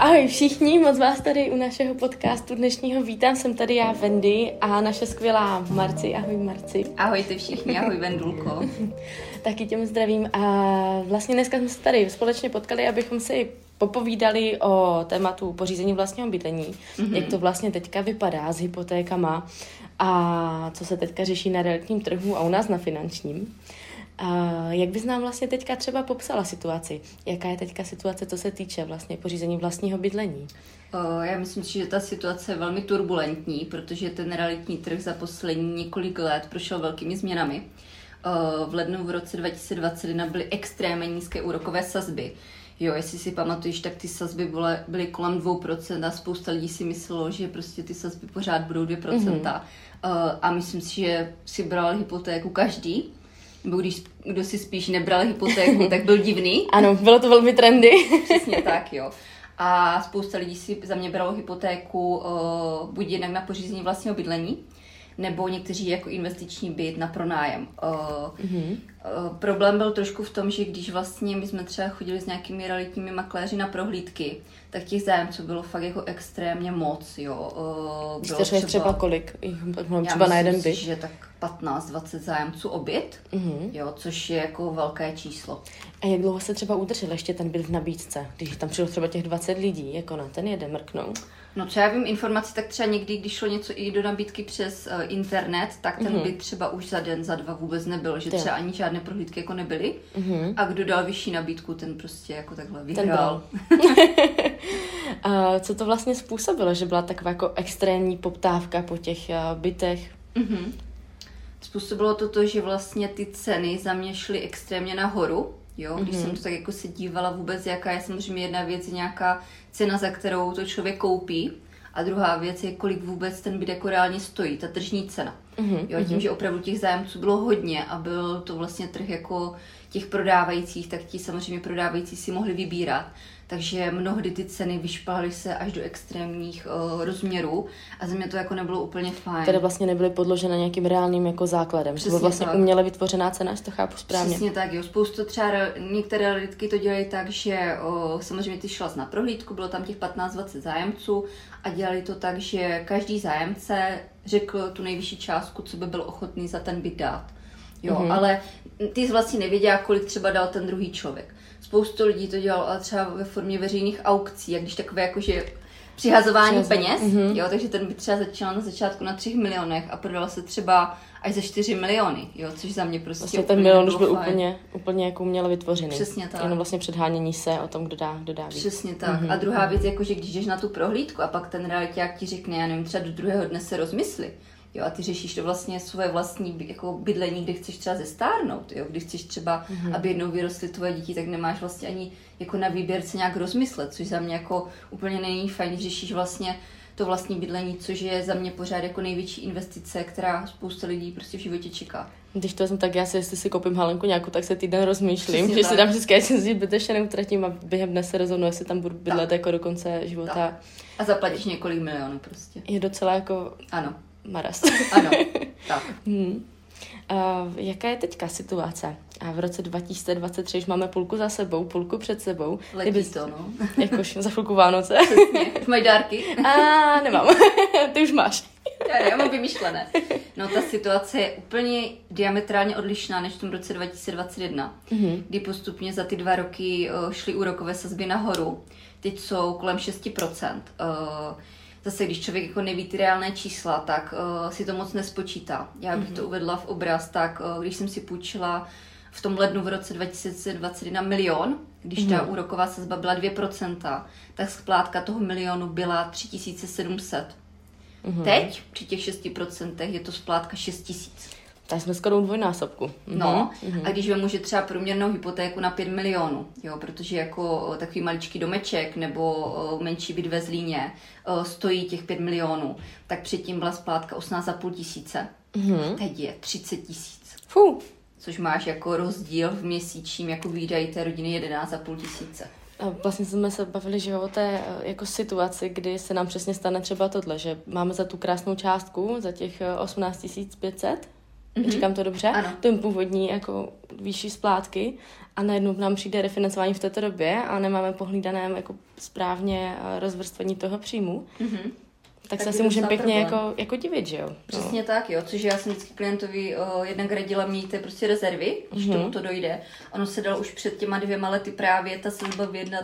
Ahoj všichni, moc vás tady u našeho podcastu dnešního vítám. Jsem tady já, Wendy, a naše skvělá Marci. Ahoj Marci. Ahojte všichni, ahoj Vendulko. Taky tě zdravím a vlastně dneska jsme se tady společně potkali, abychom si popovídali o tématu pořízení vlastního bydlení, jak to vlastně teďka vypadá s hypotékama a co se teďka řeší na realitním trhu a u nás na finančním. Jak bys nám vlastně teďka třeba popsala situaci? Jaká je teďka situace, co se týče vlastně pořízení vlastního bydlení? Já myslím si, že ta situace je velmi turbulentní, protože ten realitní trh za poslední několik let prošel velkými změnami. V lednu v roce 2021 byly extrémně nízké úrokové sazby. Jo, jestli si pamatuješ, tak ty sazby byly kolem 2% a spousta lidí si myslelo, že prostě ty sazby pořád budou 2%. A myslím si, že si bral hypotéku každý. Nebo kdo si spíš nebral hypotéku, tak byl divný. Ano, bylo to velmi trendy. Přesně tak, jo. A spousta lidí si za mě bralo hypotéku buď jednak na pořízení vlastního bydlení, nebo někteří jako investiční byt na pronájem. Problém byl trošku v tom, že když vlastně my jsme třeba chodili s nějakými realitními makléři na prohlídky, tak těch zájemců bylo fakt jako extrémně moc, jo. Bylo třeba kolik? Třeba na jeden byt? Že tak 15-20 zájemců o byt, jo, což je jako velké číslo. A jak dlouho se třeba udržel ještě ten byt v nabídce, když tam přišlo třeba těch 20 lidí, jako na ten jeden mrknou? No, co já vím informaci, tak třeba někdy, když šlo něco i do nabídky přes internet, tak ten byt třeba už za den, za dva vůbec nebyl, že třeba ani žádné prohlídky jako nebyly. A kdo dal vyšší nabídku, ten prostě jako takhle vyhrál. A co to vlastně způsobilo, že byla taková jako extrémní poptávka po těch bytech? Způsobilo to, že vlastně ty ceny za mě šly extrémně nahoru. Jo, když jsem to tak jako se dívala vůbec, jaká je samozřejmě jedna věc, je nějaká cena, za kterou to člověk koupí, a druhá věc je, kolik vůbec ten byt jako reálně stojí, ta tržní cena. Jo, tím, že opravdu těch zájemců bylo hodně a byl to vlastně trh jako těch prodávajících, tak ti samozřejmě prodávající si mohli vybírat. Takže mnohdy ty ceny vyšplhaly se až do extrémních rozměrů a za mě to jako nebylo úplně fajn. Které vlastně nebyly podložena nějakým reálným jako základem. Přesně to byla vlastně uměle vytvořená cena, jestli to chápu správně. Přesně tak, jo. Spoustu třeba některé realitky to dělají tak, že samozřejmě ty šla na prohlídku, bylo tam těch 15-20 zájemců a dělali to tak, že každý zájemce řekl tu nejvyšší částku, co by byl ochotný za ten byt dát. Jo, ale ty jsi vlastně nevěděla, kolik třeba dal ten druhý člověk. Spoustu lidí to dělalo ale třeba ve formě veřejných aukcí, jak když takové jakože přihazování peněz, jo, takže ten by třeba začal na začátku na 3 milionech a prodal se třeba až za 4 miliony, jo, což za mě prostě vlastně ten milion už byl úplně jako uměle vytvořený. Přesně tak. Jenom vlastně předhánění se o tom, kdo dá víc. Přesně tak. A druhá věc, jako že když jdeš na tu prohlídku a pak ten realiták ti řekne, já nevím, třeba do druhého dne se rozmysli. Jo, a ty řešíš to vlastně svoje vlastní jako bydlení, kde chceš třeba zestárnout. Jo? Když chceš třeba, aby jednou vyrostly tvoje děti, tak nemáš vlastně ani jako na výběr se nějak rozmyslet, což za mě jako úplně není fajn, když řešíš vlastně to vlastní bydlení, což je za mě pořád jako největší investice, která spousta lidí prostě v životě čeká. Když to jsem tak, já si, jestli si koupím halenku nějakou, tak se týden rozmýšlím, přesně že tak. Si dám vždycky, ať si zbytečně neutratím a během dne se rozhodnu, jestli tam budu bydlet jako do konce života. Tak. A zaplatíš několik milionů prostě. Je docela jako... Ano. Maras. Ano, tak. Jaká je teďka situace? A v roce 2023 už máme půlku za sebou, půlku před sebou. Letí to, no. Jakož za chvilku Vánoce. Přesně. Už mají dárky? Nemám. Ty už máš. Já mám vymyšlené. No, ta situace je úplně diametrálně odlišná než v tom roce 2021, kdy postupně za ty 2 roky šly úrokové sazby nahoru. Teď jsou kolem 6%. Zase, když člověk jako neví ty reálné čísla, tak si to moc nespočítá. Já bych to uvedla v obraz, tak když jsem si půjčila v tom lednu v roce 2021 milion, když ta úroková sazba byla 2%, tak splátka toho milionu byla 3700. Teď při těch 6% je to splátka 6000. Tak jsme skoro u dvojnásobku. No, a když vemu, že třeba průměrnou hypotéku na 5 milionů, jo, protože jako takový maličký domeček nebo menší byt ve Zlíně stojí těch 5 milionů, tak předtím byla splátka 18,5 tisíce. Teď je 30 000. Což máš jako rozdíl v měsíčním jako výdaji té rodiny 11,5 tisíce. A vlastně jsme se bavili, že o té jako situaci, kdy se nám přesně stane třeba tohle, že máme za tu krásnou částku, za těch 18 500, říkám to dobře, ano. ten původní jako výšší splátky a najednou nám přijde refinancování v této době a nemáme pohlídané jako správně rozvrstvení toho příjmu. Tak se asi můžeme pěkně jako divit, že jo? Přesně tak, jo, což já jsem vždycky klientovi jednak radila, mějte prostě rezervy, když tomu to dojde. Ono se dalo už před těma 2 lety právě ta sazba vyjednat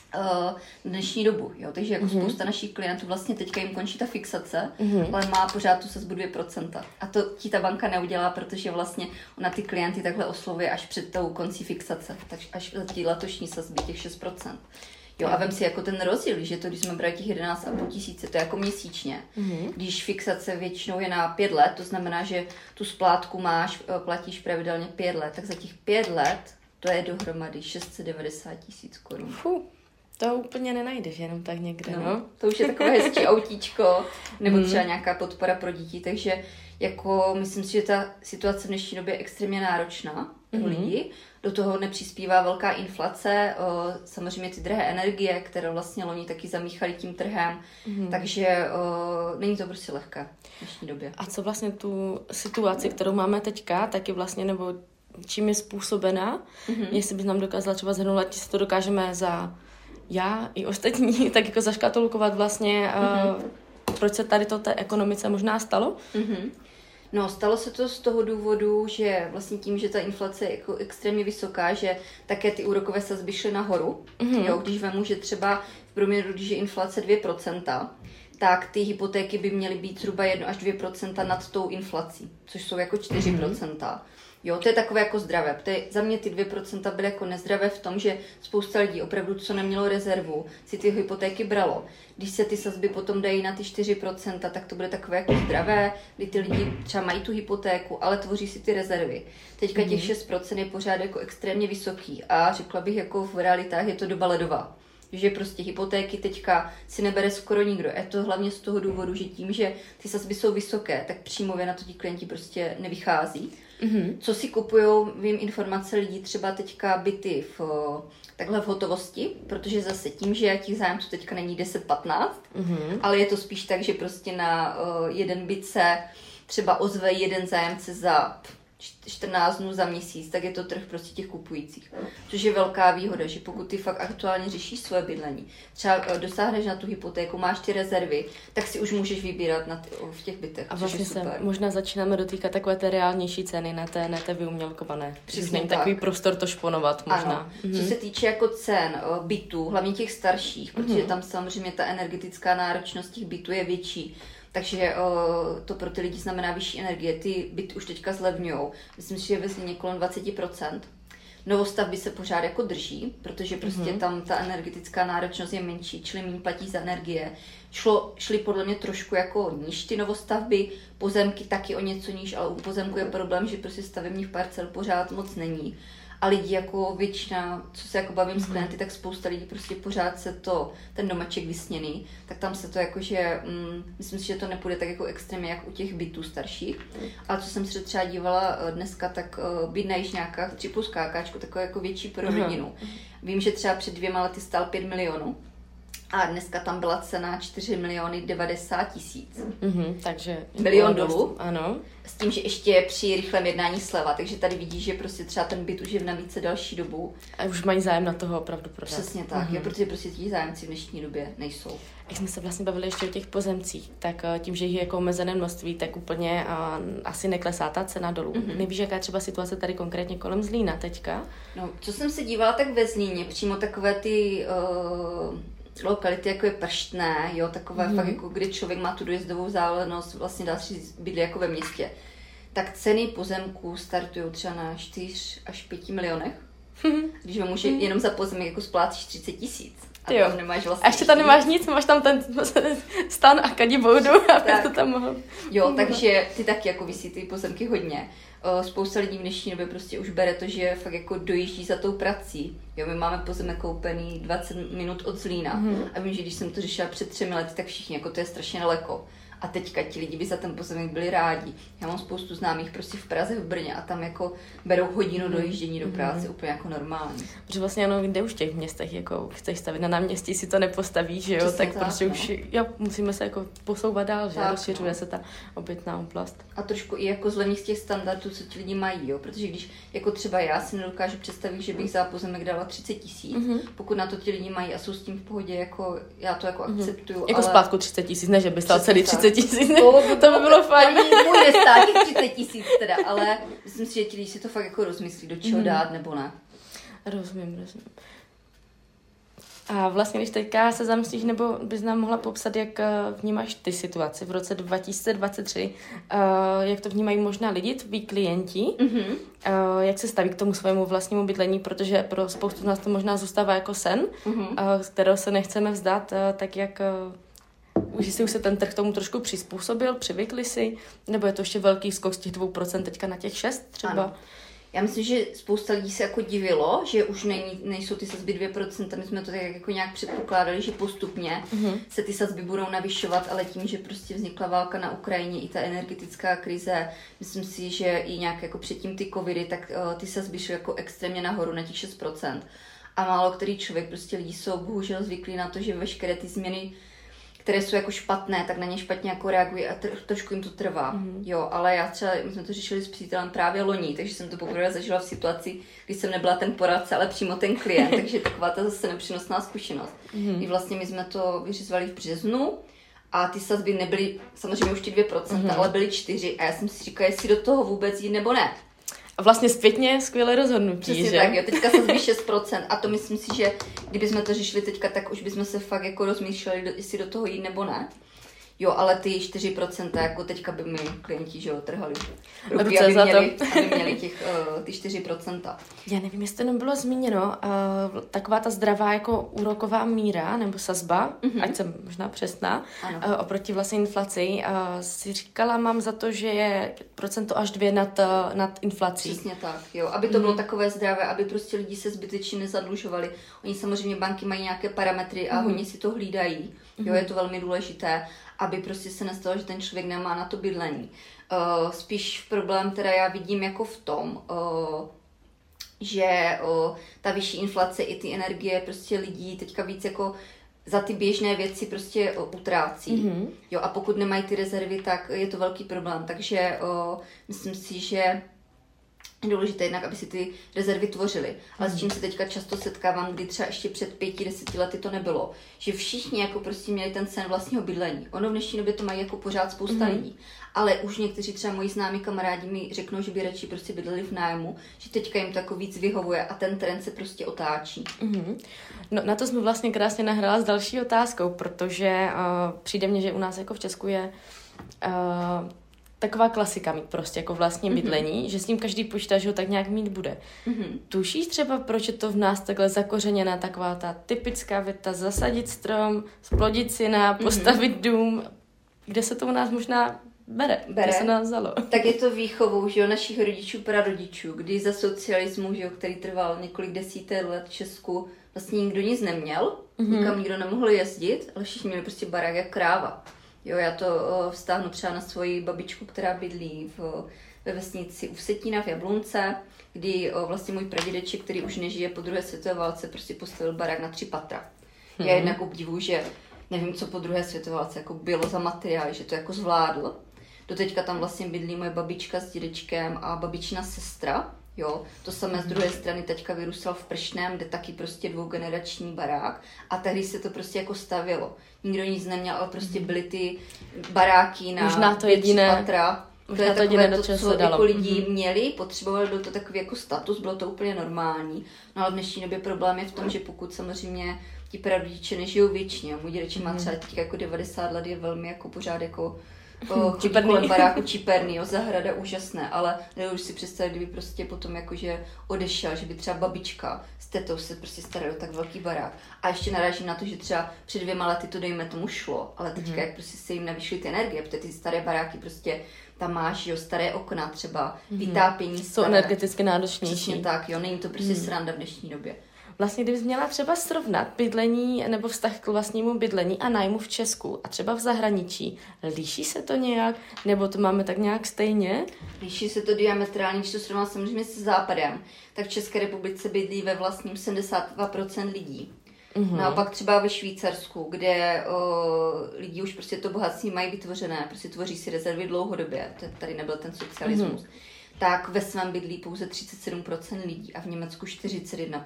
dnešní dobu, jo, takže jako spousta našich klientů vlastně teďka jim končí ta fixace, ale má pořád tu sazbu 2%. A to ti ta banka neudělá, protože vlastně ona ty klienty takhle oslovuje až před tou koncí fixace, takže až za ty letošní sazby těch 6%. Jo, a vem si jako ten rozdíl, že to, když jsme brali těch 11,5 tisíce, to je jako měsíčně. Když fixace většinou je na 5 let, to znamená, že tu splátku platíš pravidelně 5 let, tak za těch 5 let to je dohromady 690 000 korun. To úplně nenajdeš jenom tak někde, no. To už je takové hezčí autíčko, nebo třeba nějaká podpora pro děti, takže jako myslím si, že ta situace v dnešní době je extrémně náročná pro lidi. Do toho nepřispívá velká inflace, samozřejmě ty drahé energie, které vlastně loni taky zamíchaly tím trhem, takže není to prostě lehké v dnešní době. A co vlastně tu situaci, kterou máme teďka, taky vlastně, nebo čím je způsobená, jestli bys nám dokázala třeba zhrnout, ať si to dokážeme já i ostatní tak jako zaškatulkovat vlastně, proč se tady to té ekonomice možná stalo? No, stalo se to z toho důvodu, že vlastně tím, že ta inflace je jako extrémně vysoká, že také ty úrokové sazby šly nahoru. Jo, když vemu, že třeba v průměru, když je inflace 2%, tak ty hypotéky by měly být zhruba 1 až 2% nad tou inflací, což jsou jako 4%. Jo, to je takové jako zdravé. Za mě ty 2% byly jako nezdravé v tom, že spousta lidí opravdu, co nemělo rezervu, si ty hypotéky bralo. Když se ty sazby potom dají na ty 4%, tak to bude takové jako zdravé, kdy ty lidi třeba mají tu hypotéku, ale tvoří si ty rezervy. Teďka těch 6% je pořád jako extrémně vysoký a řekla bych, jako v realitách je to doba ledová. Že prostě hypotéky teďka si nebere skoro nikdo. Je to hlavně z toho důvodu, že tím, že ty sazby jsou vysoké, tak příjmově na to ti klienti prostě nevychází. Co si kupujou, vím informace lidí, třeba teďka byty takhle v hotovosti, protože zase tím, že těch zájemců teďka není 10-15, ale je to spíš tak, že prostě na jeden byt se třeba ozve jeden zájemce za 14 dnů za měsíc, tak je to trh prostě těch kupujících. Což je velká výhoda, že pokud ty fakt aktuálně řešíš svoje bydlení, třeba dosáhneš na tu hypotéku, máš ty rezervy, tak si už můžeš vybírat v těch bytech. A vlastně se možná začínáme dotýkat takové té reálnější ceny, ne té vyumělkované. Přesně tak. Takový prostor to šponovat možná. Ano. Co se týče jako cen bytů, hlavně těch starších, protože tam samozřejmě ta energetická náročnost těch bytů je větší, takže to pro ty lidi znamená vyšší energie. Ty byty už teďka zlevňujou. Myslím si, že je ve Zlíně kolem 20%. Novostavby se pořád jako drží, protože prostě tam ta energetická náročnost je menší, čili méně platí za energie. Šly podle mě trošku jako níž ty novostavby, pozemky taky o něco níž, ale u pozemku je problém, že prostě stavebních parcel pořád moc není. A lidi jako většina, co se jako bavím s klienty, tak spousta lidí prostě pořád se ten domeček vysněný, tak tam se to jakože, myslím si, že to nepůjde tak jako extrémně jak u těch bytů starších. Ale co jsem se třeba dívala dneska, tak byt na Jižňákách 3+ kákáčko, takové jako větší pro rodinu. Vím, že třeba před 2 lety stál 5 milionů. A dneska tam byla cena 4 90 000. Takže milion dolů. Ano. S tím, že ještě při rychlém jednání sleva, takže tady vidíš, že prostě třeba ten byt už je v nabídce další dobu. A už mají zájem na toho opravdu prodat. Přesně tak, jo, protože prostě ti zájemci v dnešní době nejsou. Jak jsme se vlastně bavili ještě o těch pozemcích, tak tím, že jich je jako omezené množství, tak úplně asi neklesá ta cena dolů. Nevíš, jaká je třeba situace tady konkrétně kolem Zlína teďka? No, co jsem se dívala, tak ve Zlíně, přímo takové ty lokality, jako je Prštné, jo, takové fakt, jako kdy člověk má tu dojezdovou vzdálenost, vlastně dá si bydlet jako ve městě. Tak ceny pozemků startují třeba na 4 až 5 milionech. Když vám může jenom za pozemek jako splácíš 30 000. A tam nemáš vlastně. A ještě tam nemáš nic, máš tam ten stan a kadiboudu, aby to tam mohl. Jo, takže ty taky jako visí ty pozemky hodně. Spousta lidí v dnešní době prostě už bere to, že fakt jako dojíždí za tou prací. Jo, my máme pozemek koupený 20 minut od Zlína. A vím, že když jsem to řešila před 3 lety, tak všichni, jako to je strašně daleko. a teďka ti lidi by za ten pozemek byli rádi. Já mám spoustu známých prostě v Praze, v Brně a tam jako berou hodinu dojíždění do práce úplně jako normální. Protože vlastně ano, kde už v těch městech jako chceš stavit na náměstí, si to nepostavíš, že jo, přesně tak prostě už musíme se jako posouvat dál, že rozšiřuje se ta obytná oblast. A trošku i jako zlevnit z těch standardů, co ti lidi mají, jo, protože když jako třeba já si nedokážu představit, že bych za pozemek dala 30 000, pokud na to ti lidi mají a jsou s tím v pohodě, jako já to jako akceptuju. Jako ale... splátku 30 000, ne, že by stál celý 30 000, to by bylo fajn. Může stát těch 30 000 teda, ale myslím si, že ti lidi si to fakt jako rozmyslí, do čeho dát nebo ne. Rozumím. A vlastně, když teďka se zamyslíš, nebo bys nám mohla popsat, jak vnímáš ty situaci v roce 2023, jak to vnímají možná lidi, tví klienti, jak se staví k tomu svému vlastnímu bydlení, protože pro spoustu z nás to možná zůstává jako sen, z kterého se nechceme vzdát, tak jak... Už se ten trh tomu trošku přizpůsobil, přivykli si, nebo je to ještě velký skok z těch 2% teďka na těch 6% třeba? Ano. Já myslím, že spousta lidí se jako divilo, že už nejsou ty sazby 2%, my jsme to tak jako nějak předpokládali, že postupně se ty sazby budou navyšovat, ale tím, že prostě vznikla válka na Ukrajině i ta energetická krize, myslím si, že i nějak jako předtím ty covidy, tak ty sazby šly jako extrémně nahoru na těch 6%. A málo který člověk, prostě lidi jsou bohužel zvyklí na to, že veškeré ty změny, které jsou jako špatné, tak na ně špatně jako reagují a trošku jim to trvá. Jo, ale já třeba, my jsme to řešili s přítelem právě loni, takže jsem to poprvé zažila v situaci, kdy jsem nebyla ten poradce, ale přímo ten klient, takže taková ta zase nepřínosná zkušenost. I vlastně my jsme to vyřizovali v březnu a ty sazby nebyly, samozřejmě už ty 2%, ale byly 4 a já jsem si říkala, jestli do toho vůbec jít nebo ne. A vlastně zpětně skvělé rozhodnutí, přesně že? Tak, jo, teďka sazby 6% a to myslím si, že kdybychom to řešili teďka, tak už bychom se fakt jako rozmýšleli, jestli do toho jít nebo ne. Jo, ale ty 4%, jako teďka by mi klienti, že jo, trhali ruky, aby měli ty 4%. Já nevím, jestli to bylo zmíněno, taková ta zdravá jako úroková míra nebo sazba, ať jsem možná přesná, oproti vlastně inflaci. Si říkala, mám za to, že je 1% až 2% nad inflací. Přesně tak, jo, aby to bylo takové zdravé, aby prostě lidi se zbytečně nezadlužovali. Oni samozřejmě banky mají nějaké parametry a hodně si to hlídají, jo, je to velmi důležité, aby prostě se nestalo, že ten člověk nemá na to bydlení. Spíš problém teda já vidím jako v tom, že ta vyšší inflace i ty energie prostě lidí teďka víc jako za ty běžné věci prostě utrácí. Jo, a pokud nemají ty rezervy, tak je to velký problém. Takže myslím si, že je důležité jednak, aby si ty rezervy tvořily. Ale s čím se teďka často setkávám, kdy třeba ještě před 5-10 lety to nebylo. Že všichni jako prostě měli ten sen vlastního bydlení. Ono v dnešní době to mají jako pořád spousta lidí. Ale už někteří třeba moji známí kamarádi mi řeknou, že by radši prostě bydleli v nájmu, že teďka jim to jako víc vyhovuje a ten trend se prostě otáčí. No, na to jsme vlastně krásně nahrála s další otázkou, protože přijde mně, že u nás jako v Česku je taková klasika mít prostě jako vlastní bydlení, že s ním každý počítá, že ho tak nějak mít bude. Tušíš třeba, proč je to v nás takhle zakořeněná taková ta typická věta, zasadit strom, splodit syna, postavit dům, kde se to u nás možná bere. Kde se nás vzalo? Tak je to výchovou, že jo, našich rodičů, prarodičů, kdy za socialismu, že jo, který trval několik desítek let v Česku, vlastně nikdo nic neměl, nikam nikdo nemohl jezdit, ale všichni měli prostě barák jak kráva. Jo, já to vztáhnu třeba na svoji babičku, která bydlí ve vesnici u Vsetína v Jablunce, kdy vlastně můj pradědeček, který už nežije po druhé světové válce, prostě postavil barák na 3 patra. Já jednak obdivuji, že nevím, co po druhé světové válce jako bylo za materiál, že to jako zvládl. Doteďka tam vlastně bydlí moje babička s dědečkem a babičina sestra. Jo, to samé z druhé strany teďka vyrůstal v Pršném, kde taky prostě 2generační barák a tehdy se to prostě jako stavělo. Nikdo nic neměl, ale prostě byly ty baráky na možná to jediné patra. To je takové, co jako lidi měli, potřebovali, byl to takový jako status, bylo to úplně normální. No ale v dnešní době problém je v tom, že pokud samozřejmě ti prarodiče nežijou věčně, můj dědeček má třeba teďka jako 90 let, je velmi jako pořád jako chodí kolem baráku čiperný, jo, zahrada úžasné, ale nedovedu si představit, kdyby prostě potom jakože odešel, že by třeba babička s tetou se prostě starali o tak velký barák. A ještě narážím na to, že třeba před 2 lety to dejme tomu šlo, ale teďka jak prostě se jim navýšily ty energie, protože ty staré baráky prostě tam máš, jo, staré okna třeba, vytápění jsou energeticky náročnější. Přesně tak, jo, není to prostě sranda v dnešní době. vlastně kdybys měla třeba srovnat bydlení nebo vztah k vlastnímu bydlení a nájmu v Česku a třeba v zahraničí, líší se to nějak, nebo to máme tak nějak stejně? Líší se to diametrálně, když to srovnám samozřejmě se Západem, tak v České republice bydlí ve vlastním 72% lidí. Naopak třeba ve Švýcarsku, kde lidi už prostě to bohatství mají vytvořené, prostě tvoří si rezervy dlouhodobě, tady nebyl ten socialismus, tak ve svém bydlí pouze 37% lidí a v Německu 41%.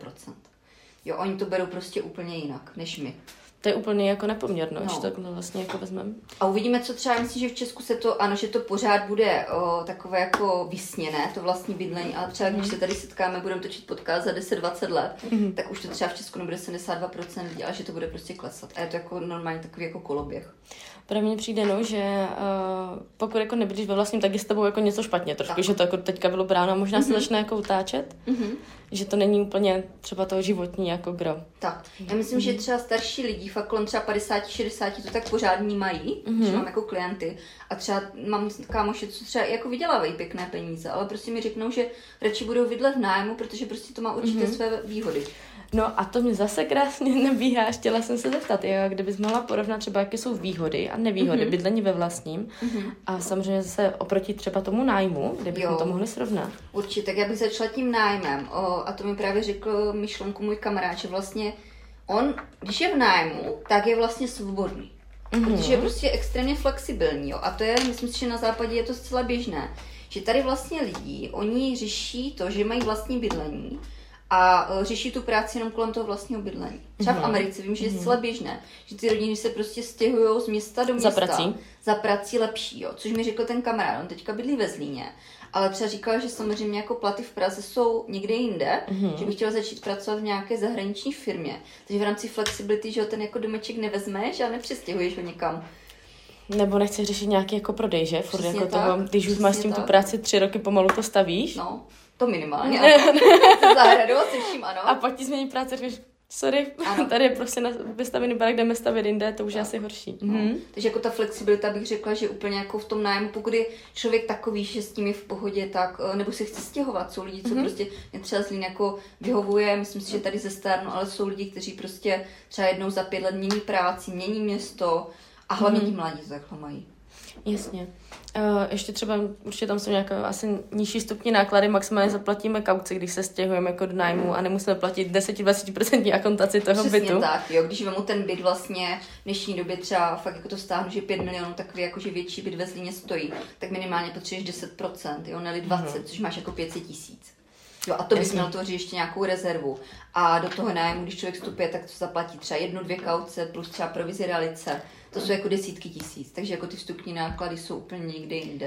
Jo, oni to berou prostě úplně jinak, než my. To je úplně jako nepoměrno, že takhle vlastně jako vezmeme. A uvidíme, co třeba, myslím, že v Česku se to, ano, že to pořád bude takové jako vysněné, to vlastní bydlení, ale třeba když se tady setkáme, budeme točit podcast za 10-20 let, tak už to třeba v Česku nebude 72% lidí, ale že to bude prostě klesat. A je to jako normálně takový jako koloběh. Pro mě přijde, no, že pokud jako nebydlíš ve vlastním, tak je s tebou jako něco špatně trošku, že to jako teďka bylo bráno a možná se začne jako utáčet, že to není úplně třeba to životní jako gro. Tak, já myslím, že třeba starší lidi, fakt kolem třeba 50-60 to tak pořád vnímají, že mám jako klienty a třeba mám kámoše, co třeba jako vydělávají pěkné peníze, ale prostě mi řeknou, že radši budou bydlet v nájmu, protože prostě to má určitě své výhody. No a to mě zase krásně nabíhá, chtěla jsem se zeptat, kdybys mohla porovnat třeba, jaké jsou výhody a nevýhody bydlení ve vlastním a samozřejmě zase oproti třeba tomu nájmu, kde bychom to mohli srovnat. Určitě, tak já bych začala tím nájmem a to mi právě řekl myšlenku můj kamarád, že vlastně on, když je v nájmu, tak je vlastně svobodný, protože je prostě extrémně flexibilní, jo? A to je, myslím si, že na západě je to zcela běžné, že tady vlastně lidi, oni řeší to, že mají vlastní bydlení, a řeší tu práci jenom kolem toho vlastního bydlení. Třeba v Americe vím, že je zcela běžné, že ty rodiny se prostě stěhují z města do města. Za prací lepší, jo. Což mi řekl ten kamarád, on teďka bydlí ve Zlíně, ale třeba říkal, že samozřejmě jako platy v Praze jsou někde jinde, že by chtěla začít pracovat v nějaké zahraniční firmě. Takže v rámci flexibility, že ho ten jako domeček nevezmeš a nepřestěhuješ ho někam. Nebo nechceš řešit nějaký jako prodej, že? Furt jako toho, když už máš s tím tu práci 3 roky, pomalu to stavíš. No. To minimálně. Zahradou se vším, ano. A pak ti změní práce, říkáš, sorry, tady je prostě vystavený barák, jdeme stavit jinde, to už je asi horší. Takže jako ta flexibilita bych řekla, že úplně jako v tom nájmu, pokud je člověk takový, že s tím je v pohodě, tak nebo se chce stěhovat. Jsou lidi, co prostě mě třeba Zlín jako vyhovuje, myslím si, že tady ze stárnu, ale jsou lidi, kteří prostě třeba jednou za 5 let mění práci, mění město a hlavně ti mladí to takhle mají. Jasně. Ještě třeba, určitě tam jsou nějaké asi nižší stupní náklady, maximálně zaplatíme kauci, když se stěhujeme jako do nájmu a nemusíme platit 10-20% akontaci toho bytu. Přesně tak, jo, když vemu ten byt vlastně v dnešní době třeba fakt jako to stáhnu, že 5 milionů takový jakože větší byt ve Zlíně stojí, tak minimálně potřebuješ 10%, jo, ne 20, což máš jako 500 000. Jo, a to bys měl tvořit ještě nějakou rezervu. A do toho nájmu, když člověk vstupuje, tak to zaplatí třeba 1-2 kauce plus třeba provizi realice. To jsou jako desítky tisíc, takže jako ty vstupní náklady jsou úplně někde jinde.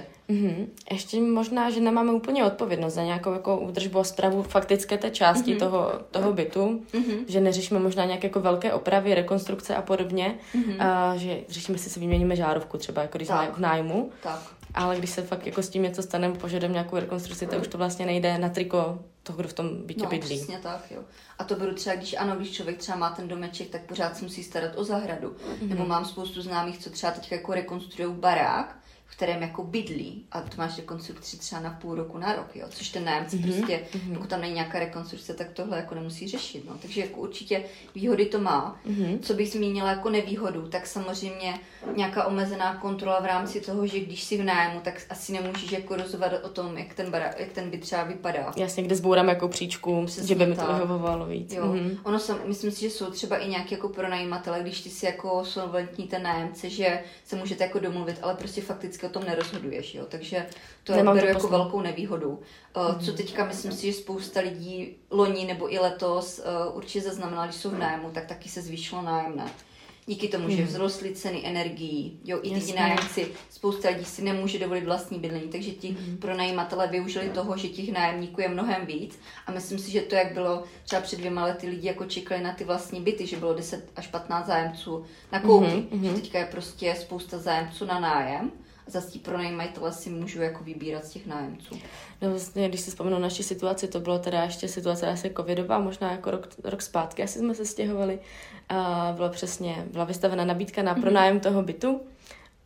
Ještě možná, že nemáme úplně odpovědnost za nějakou jako údržbu a správu faktické té části toho bytu, že neřešíme možná nějaké jako velké opravy, rekonstrukce a podobně, že řešíme si vyměníme žárovku třeba, jako když jsme v nájmu. Tak. Ale když se fakt jako s tím něco stane, požadujeme nějakou rekonstrukci, tak už to vlastně nejde na triko toho, kdo v tom bytě bydlí. No, přesně tak, jo. A to beru třeba, když člověk třeba má ten domeček, tak pořád se musí starat o zahradu. Nebo mám spoustu známých, co třeba teď jako rekonstruují barák, v kterém jako bydlí a to máš rekonstrukci třeba na půl roku, na rok, jo. Což ten nájemce prostě, pokud tam není nějaká rekonstrukce, tak tohle jako nemusí řešit, no. Takže jako určitě výhody to má. Co bych zmínila jako nevýhodu, tak samozřejmě nějaká omezená kontrola v rámci toho, že když jsi v nájmu, tak asi nemůžeš jako rozhodovat o tom, jak ten byt třeba vypadá. Jasně, kde zbourám jako příčku, přesně, že by mi to vyhovovalo víc. Jo. Myslím si, že jsou třeba i nějaký jako pronajímatele, když ty si jako solventní ten nájemce, že se můžete jako domluvit, ale prostě fakticky o tom nerozhoduješ, jo. Takže to beru jako velkou nevýhodu. Co teďka myslím si, že spousta lidí loni nebo i letos určitě zaznamenala, když jsou v nájmu, tak taky se zvýšilo nájemné. Díky tomu, že vzrostly ceny energií, jo, i ty nájemci, spousta lidí si nemůže dovolit vlastní bydlení, takže ti pronajímatelé využili toho, že těch nájemníků je mnohem víc a myslím si, že to, jak bylo třeba před 2 lety lidi jako čekali na ty vlastní byty, že bylo 10 až 15 zájemců na koupi, že teďka je prostě spousta zájemců na nájem. Zase ti pronajímatelé si můžou jako vybírat z těch nájemců. No vlastně, když si vzpomenu naši situaci, to bylo teda ještě situace asi covidová, možná jako rok zpátky, asi jsme se stěhovali. A byla vystavena nabídka na pronájem toho bytu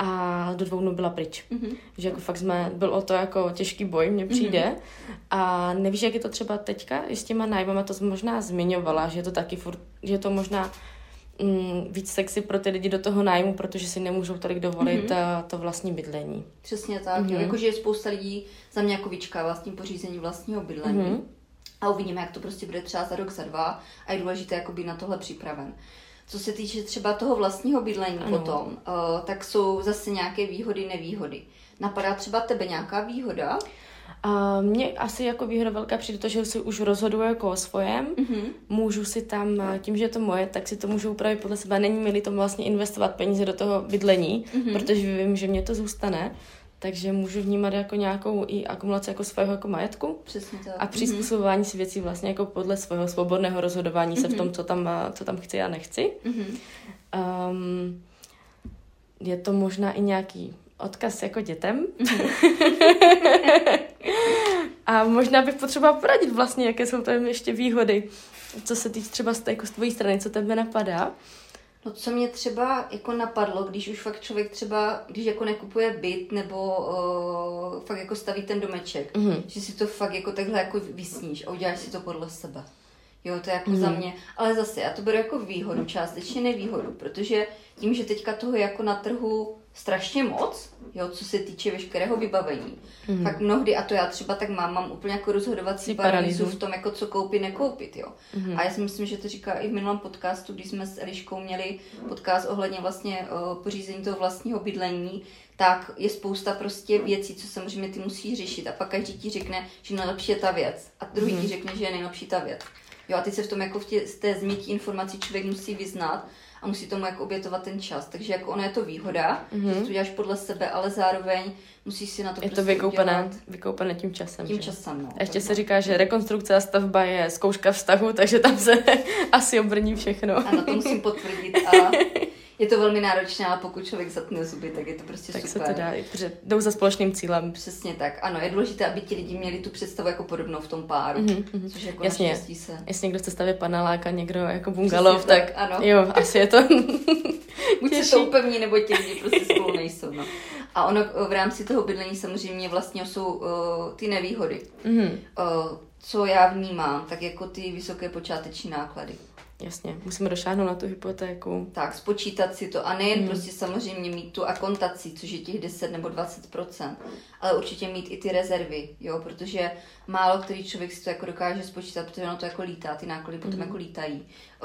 a do 2 dnů byla pryč. Že jako fakt byl o to jako těžký boj, mně přijde. A nevíš, jak je to třeba teďka i s těma nájmama, to možná zmiňovala, že je to taky furt, že je to možná víc sexy pro ty lidi do toho nájmu, protože si nemůžou tolik dovolit to vlastní bydlení. Přesně tak, jo. Jakože je spousta lidí za mě jako vyčkává s tím pořízení vlastního bydlení. A uvidíme, jak to prostě bude třeba za rok, za 2 a je důležité jako být na tohle připraven. Co se týče třeba toho vlastního bydlení potom, tak jsou zase nějaké výhody, nevýhody. Napadá třeba tebe nějaká výhoda? Mně asi jako výhoda velká přijde to, že si už rozhoduju jako o svojem. Můžu si tam, tím, že je to moje, tak si to můžu upravit podle sebe. Není mi to vlastně investovat peníze do toho bydlení, protože vím, že mě to zůstane. Takže můžu vnímat jako nějakou i akumulaci jako svého jako majetku. Přesně tak. A přizpůsobování si věcí vlastně jako podle svého svobodného rozhodování se v tom, co tam chci a nechci. Je to možná i nějaký odkaz jako dětem. A možná bych potřebovala poradit vlastně, jaké jsou tam ještě výhody. Co se týče třeba z tvojí strany, co tebe napadá? No co mě třeba jako napadlo, když už fakt člověk třeba, když jako nekupuje byt nebo fakt jako staví ten domeček, že si to fakt jako takhle jako vysníš a uděláš si to podle sebe. Jo, to je jako za mě, ale zase já to beru jako výhodu, částečně nevýhodu, protože tím, že teďka toho je jako na trhu strašně moc, jo, co se týče veškerého vybavení. Fakt mnohdy, a to já třeba tak mám úplně jako rozhodovací paralýzu v tom, jako co koupit, nekoupit, jo. A já si myslím, že to říká i v minulém podcastu, když jsme s Eliškou měli podcast ohledně vlastně pořízení toho vlastního bydlení, tak je spousta prostě věcí, co samozřejmě ty musíš řešit a pak každý ti řekne, že nejlepší je ta věc a druhý ti řekne, že je nejlepší ta věc. Jo, a teď se v tom jako z té změti informací člověk musí vyznat a musí tomu jako obětovat ten čas. Takže jako ono je to výhoda, že to děláš podle sebe, ale zároveň musíš si na to je prostě to vykoupené tím časem. Tím časem, no. A ještě se říká, že rekonstrukce a stavba je zkouška vztahu, takže tam se asi obrní všechno. Ano, to musím potvrdit a je to velmi náročné, ale pokud člověk zatne zuby, tak je to prostě tak super. Tak se to dá, protože jdou za společným cílem. Přesně tak. Ano, je důležité, aby ti lidi měli tu představu jako podobnou v tom páru. Což jako jasně, se... jestli někdo chce stavět panelák a někdo jako bungalov, tak ano. Jo, asi je to buď se to upevní, nebo ti lidi prostě spolu nejsou. No. A ono v rámci toho bydlení samozřejmě vlastně jsou ty nevýhody. Co já vnímám, tak jako ty vysoké počáteční náklady. Jasně, musíme došáhnout na tu hypotéku. Tak, spočítat si to a nejen prostě samozřejmě mít tu akontaci, což je těch 10 nebo 20%, ale určitě mít i ty rezervy, jo, protože málo který člověk si to jako dokáže spočítat, protože ono to jako lítá, ty náklady potom jako lítají.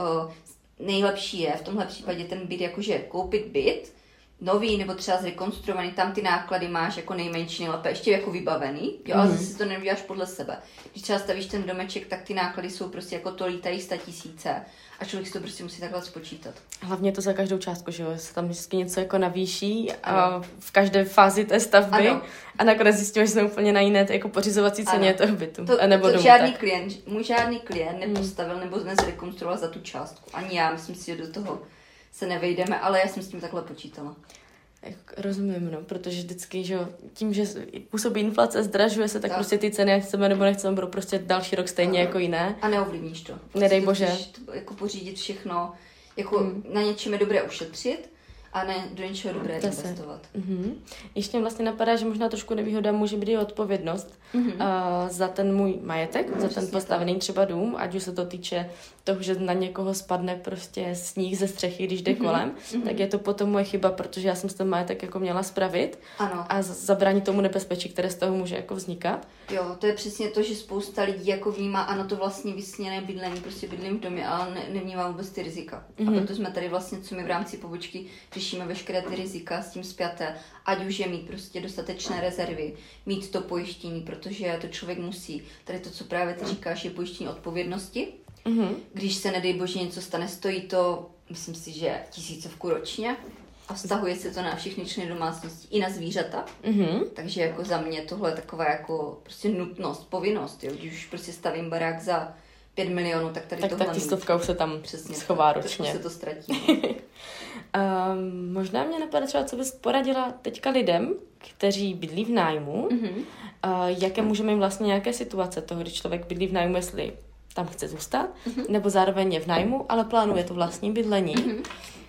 Nejlepší je v tomhle případě ten byt, jakože koupit byt, nový nebo třeba zrekonstruovaný, tam ty náklady máš jako nejmenší, nejlépe ještě jako vybavený, jo, ale zase to neuděláš podle sebe. Když třeba stavíš ten domeček, tak ty náklady jsou prostě jako to lítají 100 000 a člověk si to prostě musí takhle spočítat. Hlavně to za každou částku, že jo, se tam vždycky něco jako navýší a v každé fázi té stavby a nakonec zjistíme, že jsme úplně na jiné jako pořizovací ceně toho bytu. Nebo domu, žádný klient nepostavil nebo nezrekonstruoval za tu částku. Ani já, myslím si, že do toho se nevejdeme, ale já jsem s tím takhle počítala. Rozumím, no, protože vždycky, že tím, že působí inflace, zdražuje se, tak prostě ty ceny, jak chceme nebo nechceme, budou prostě další rok stejně jako jiné. A neovlivníš to. Nedej bože. Jako pořídit všechno, jako na něčem je dobré ušetřit, a ne do něčeho dobré investovat. Ještě vlastně napadá, že možná trošku nevýhoda může být i odpovědnost za ten můj majetek, za ten postavený třeba dům, ať už se to týče toho, že na někoho spadne prostě sníh ze střechy, když jde kolem, tak je to potom moje chyba, protože já jsem ten majetek jako měla spravit a zabránit tomu nebezpečí, které z toho může jako vznikat. Jo, to je přesně to, že spousta lidí jako vnímá, ano, to vlastně vysněné bydlení, prostě bydlím v domě, ale nevnímá vůbec ty rizika. A proto jsme tady vlastně, co my v rámci pobočky řešíme veškeré ty rizika s tím spjaté, ať už je mít prostě dostatečné rezervy, mít to pojištění, protože to člověk musí. Tady to, co právě ty říkáš, je pojištění odpovědnosti. Když se, nedej bože, něco stane, stojí to, myslím si, že 1000 ročně a vztahuje se to na všechny členy domácnosti i na zvířata. Takže jako za mě tohle je taková jako prostě nutnost, povinnost. Jo? Když už prostě stavím barák za 5 milionů, tak tady tohle tak 100 už se tam schová ročně. Se to ztratí. Možná mě napadá třeba, co bys poradila teďka lidem, kteří bydlí v nájmu, jaké můžeme jim vlastně nějaké situace toho, když člověk bydlí v nájmu, jestli tam chce zůstat, nebo zároveň je v nájmu, ale plánuje to vlastní bydlení.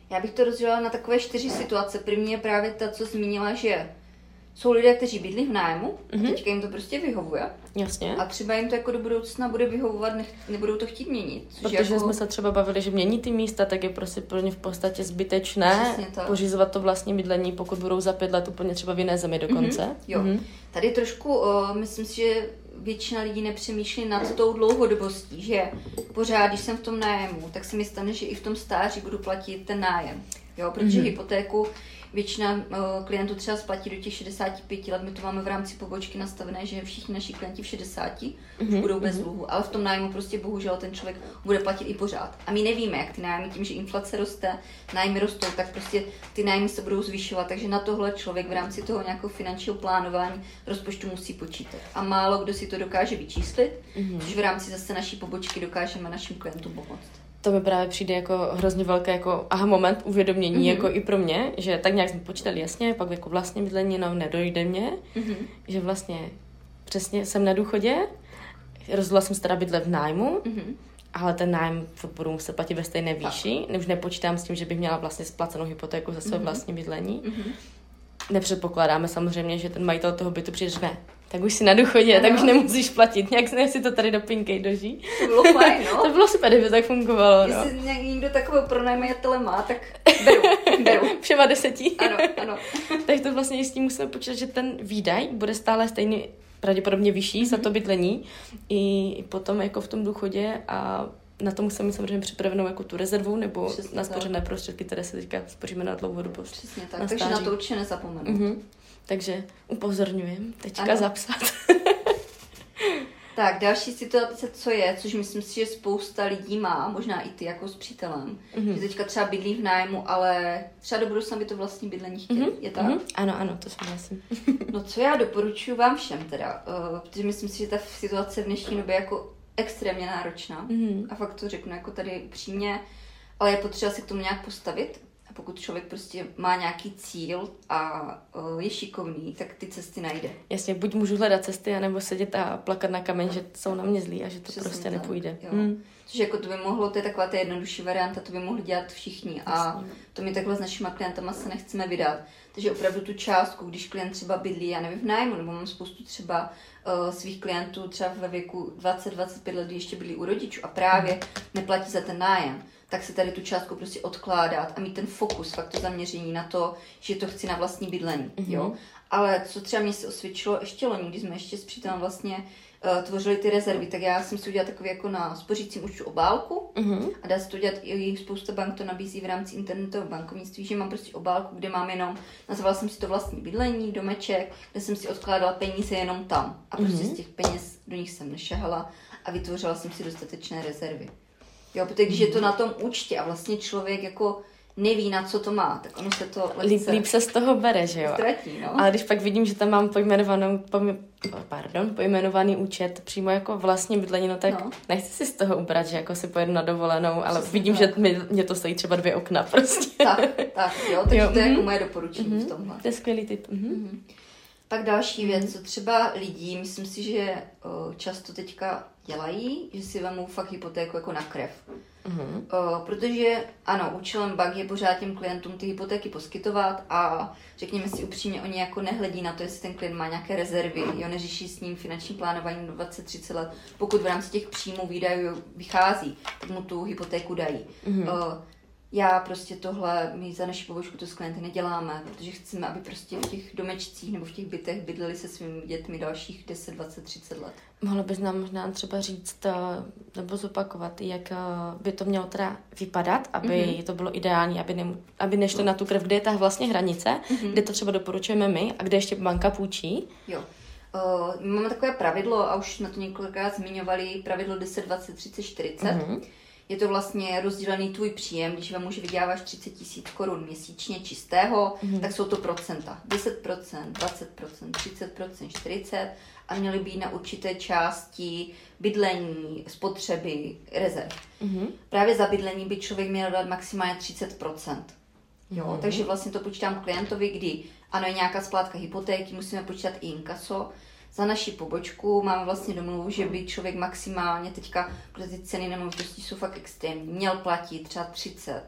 Já bych to rozdělila na takové 4 situace. První je právě ta, co zmínila, že jsou lidé, kteří bydlí v nájmu, a teďka jim to prostě vyhovuje. Jasně. A třeba jim to jako do budoucna bude vyhovovat, nebudou to chtít měnit. Protože jako... jsme se třeba bavili, že mění ty místa, tak je prostě pro ně v podstatě zbytečné pořizovat to vlastní bydlení, pokud budou za 5 let úplně třeba v jiné zemi dokonce. Jo. Tady trošku, myslím si, že většina lidí nepřemýšlí nad tou dlouhodobostí, že pořád, když jsem v tom nájmu, tak se mi stane, že i v tom stáří budu platit ten nájem. Jo, protože hypotéku většina klientů třeba splatí do těch 65 let. My to máme v rámci pobočky nastavené, že všichni naši klienti v 60 už budou bez dluhu, ale v tom nájmu prostě bohužel ten člověk bude platit i pořád. A my nevíme, jak ty nájmy, tím, že inflace roste, nájmy rostou, tak prostě ty nájmy se budou zvyšovat. Takže na tohle člověk v rámci toho nějakého finančního plánování rozpočtu musí počítat. A málo kdo si to dokáže vyčíslit, což v rámci zase naší pobočky dokážeme našim klientům pomoct. To mi právě přijde jako hrozně velké jako moment uvědomění, jako i pro mě, že tak nějak jsme počítali jasně, pak jako vlastně bydlení nedojde mě, že vlastně přesně jsem na důchodě, rozhodla jsem se teda bydlet v nájmu, ale ten nájem budu muset platit ve stejné výši, už nepočítám s tím, že bych měla vlastně splacenou hypotéku za své vlastní bydlení. Nepředpokládáme samozřejmě, že ten majitel toho bytu přijde, ne, tak už si na důchodě, tak už nemusíš platit, nějak si to tady dopinkej, doží. To bylo fajn, no. To bylo super, kdyby tak fungovalo, no. Jestli někdo takového pronajímatele má, tak beru. Všema 10. Ano. Tak to vlastně s tím musíme počítat, že ten výdaj bude stále stejný, pravděpodobně vyšší za to bydlení i potom jako v tom důchodě a na to musíme mít samozřejmě připravenou jako tu rezervu nebo naspořené prostředky, které se teďka spoříme na dlouhodobost. Přesně tak, takže na to určitě nezapomenu. Takže upozorňujem, teďka zapsat. Tak, další situace, což myslím si, že spousta lidí má, možná i ty jako s přítelem, že teďka třeba bydlí v nájmu, ale třeba do budoucna by to vlastní bydlení chtěli, je tak? Ano, to souhlasím. No co já doporučuji vám všem teda, protože myslím si, že ta situace v dnešní době je jako extrémně náročná a fakt to řeknu jako tady upřímně, ale je potřeba si k tomu nějak postavit. A pokud člověk prostě má nějaký cíl a je šikovný, tak ty cesty najde. Jasně, buď můžu hledat cesty, anebo sedět a plakat na kameň, že jsou na mě zlí a že to přesně prostě nepůjde. Což jako to by mohlo, to je taková ta jednodušší varianta, to by mohli dělat všichni. A to my takhle s našimi klientama se nechceme vydat. Takže opravdu tu částku, když klient třeba bydlí, já nevím, v nájmu, nebo mám spoustu třeba svých klientů třeba ve věku 20-25 let, kdy ještě bydlí u rodičů a právě neplatí za ten nájem, tak si tady tu částku prostě odkládat a mít ten fokus, fakt to zaměření na to, že to chci na vlastní bydlení, jo. Ale co třeba mě se osvědčilo ještě loni, když jsme ještě s přítelem vlastně tvořili ty rezervy, tak já jsem si udělala takový jako na spořícím účtu obálku a dá se to dělat, i spousta bank to nabízí v rámci internetového bankovnictví, že mám prostě obálku, kde mám jenom, nazvala jsem si to vlastní bydlení, domeček, kde jsem si odkládala peníze jenom tam a prostě z těch peněz do nich jsem nešahala a vytvořila jsem si dostatečné rezervy. Jo, protože když je to na tom účtě a vlastně člověk jako neví, na co to má, tak ono se to líp se z toho bere, že jo? Ztratí, no. Ale když pak vidím, že tam mám pojmenovaný účet přímo jako vlastní bydlení, no tak nechci si z toho ubrat, že jako si pojedu na dovolenou, ale vidím, že mě to stojí třeba 2 okna prostě. Tak, jo, takže to je jako moje doporučení v tomhle. To je skvělý tip. Pak další věc, co třeba lidí, myslím si, že často teďka dělají, že si vemou fakt hypotéku jako na krev. Protože ano, účelem bank je pořád těm klientům ty hypotéky poskytovat a řekněme si upřímně, oni jako nehledí na to, jestli ten klient má nějaké rezervy, jo, neřeší s ním finanční plánování 20-30 let, pokud v rámci těch příjmů výdajů vychází, tak mu tu hypotéku dají. Já prostě tohle, my za naši pobočku to s klienty neděláme, protože chceme, aby prostě v těch domečcích nebo v těch bytech bydleli se svými dětmi dalších 10, 20, 30 let. Mohla bys nám možná třeba říct nebo zopakovat, jak by to mělo teda vypadat, aby to bylo ideální, aby nešli na tu krev, kde je ta vlastně hranice, kde to třeba doporučujeme my a kde ještě banka půjčí? Jo. My máme takové pravidlo a už jsme to několikrát zmiňovali, pravidlo 10, 20, 30, 40. Je to vlastně rozdělený tvůj příjem, když vám že vyděláváš 30 000 korun měsíčně čistého, tak jsou to procenta. 10%, 20%, 30%, 40% a měly být na určité části bydlení, spotřeby, rezerv. Právě za bydlení by člověk měl dát maximálně 30%. Jo? Takže vlastně to počítám klientovi, kdy ano, je nějaká splátka hypotéky, musíme počítat i inkaso. Za naši pobočku máme vlastně domluvu, že by člověk maximálně teďka, protože ty ceny nemovitostí jsou fakt extrémní, měl platit třeba 30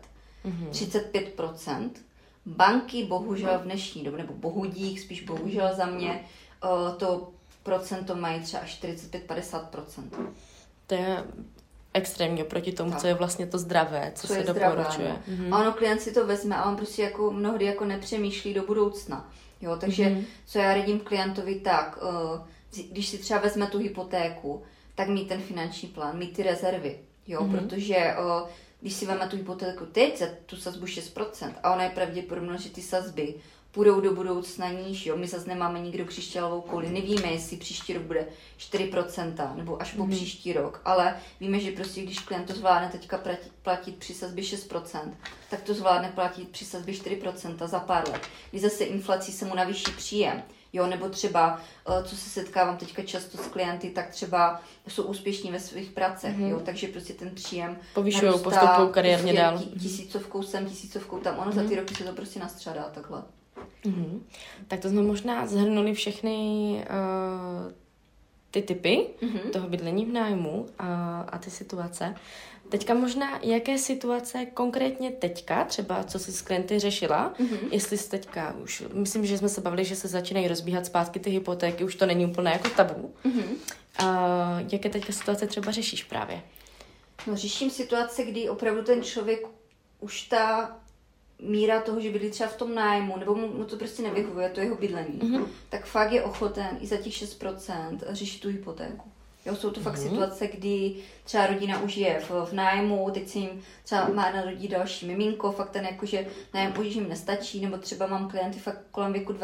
35%. Banky bohužel v dnešní době, nebo bohudík, spíš bohužel za mě, to procento mají třeba až 45-50%. To je extrémně proti tomu, co je vlastně to zdravé, co se doporučuje. A ono klient si to vezme a on prostě jako mnohdy jako nepřemýšlí do budoucna. Jo, takže co já radím klientovi tak, když si třeba vezme tu hypotéku, tak mít ten finanční plán, mít ty rezervy. Jo, protože když si vezme tu hypotéku teď za tu sazbu 6% a ona je pravděpodobná, že ty sazby půjdou do budoucna níž, jo. My zase nemáme nikdo křišťálovou kouli, nevíme, jestli příští rok bude 4% nebo až po příští rok, ale víme, že prostě když klient to zvládne teďka platit při sazbě 6%, tak to zvládne platit při sazbě 4% za pár let. Když zase inflací se mu navýší příjem, jo, nebo třeba, co se setkávám teďka často s klienty, tak třeba jsou úspěšní ve svých pracech, jo, takže prostě ten příjem povyšujou, postupují kariérně dál. Tisícovkou sem, tisícovkou tam, ono za ty roky se to prostě nastřádá takhle. Tak to jsme možná zhrnuli všechny ty typy toho bydlení v nájmu a ty situace. Teďka možná, jaké situace konkrétně teďka, třeba co jsi s klienty řešila, jestli jsi teďka už, myslím, že jsme se bavili, že se začínají rozbíhat zpátky ty hypotéky, už to není úplně jako tabu. Jaké teďka situace třeba řešíš právě? No, řeším situace, kdy opravdu ten člověk už ta míra toho, že bydlí třeba v tom nájmu, nebo mu to prostě nevyhovuje, to jeho bydlení, tak fakt je ochoten i za těch 6% řešit tu hypotéku. Jo, jsou to fakt situace, kdy třeba rodina už je v nájmu, teď si jim třeba má narodit další miminko, fakt ten jakože nájem už jim nestačí, nebo třeba mám klienty fakt kolem věku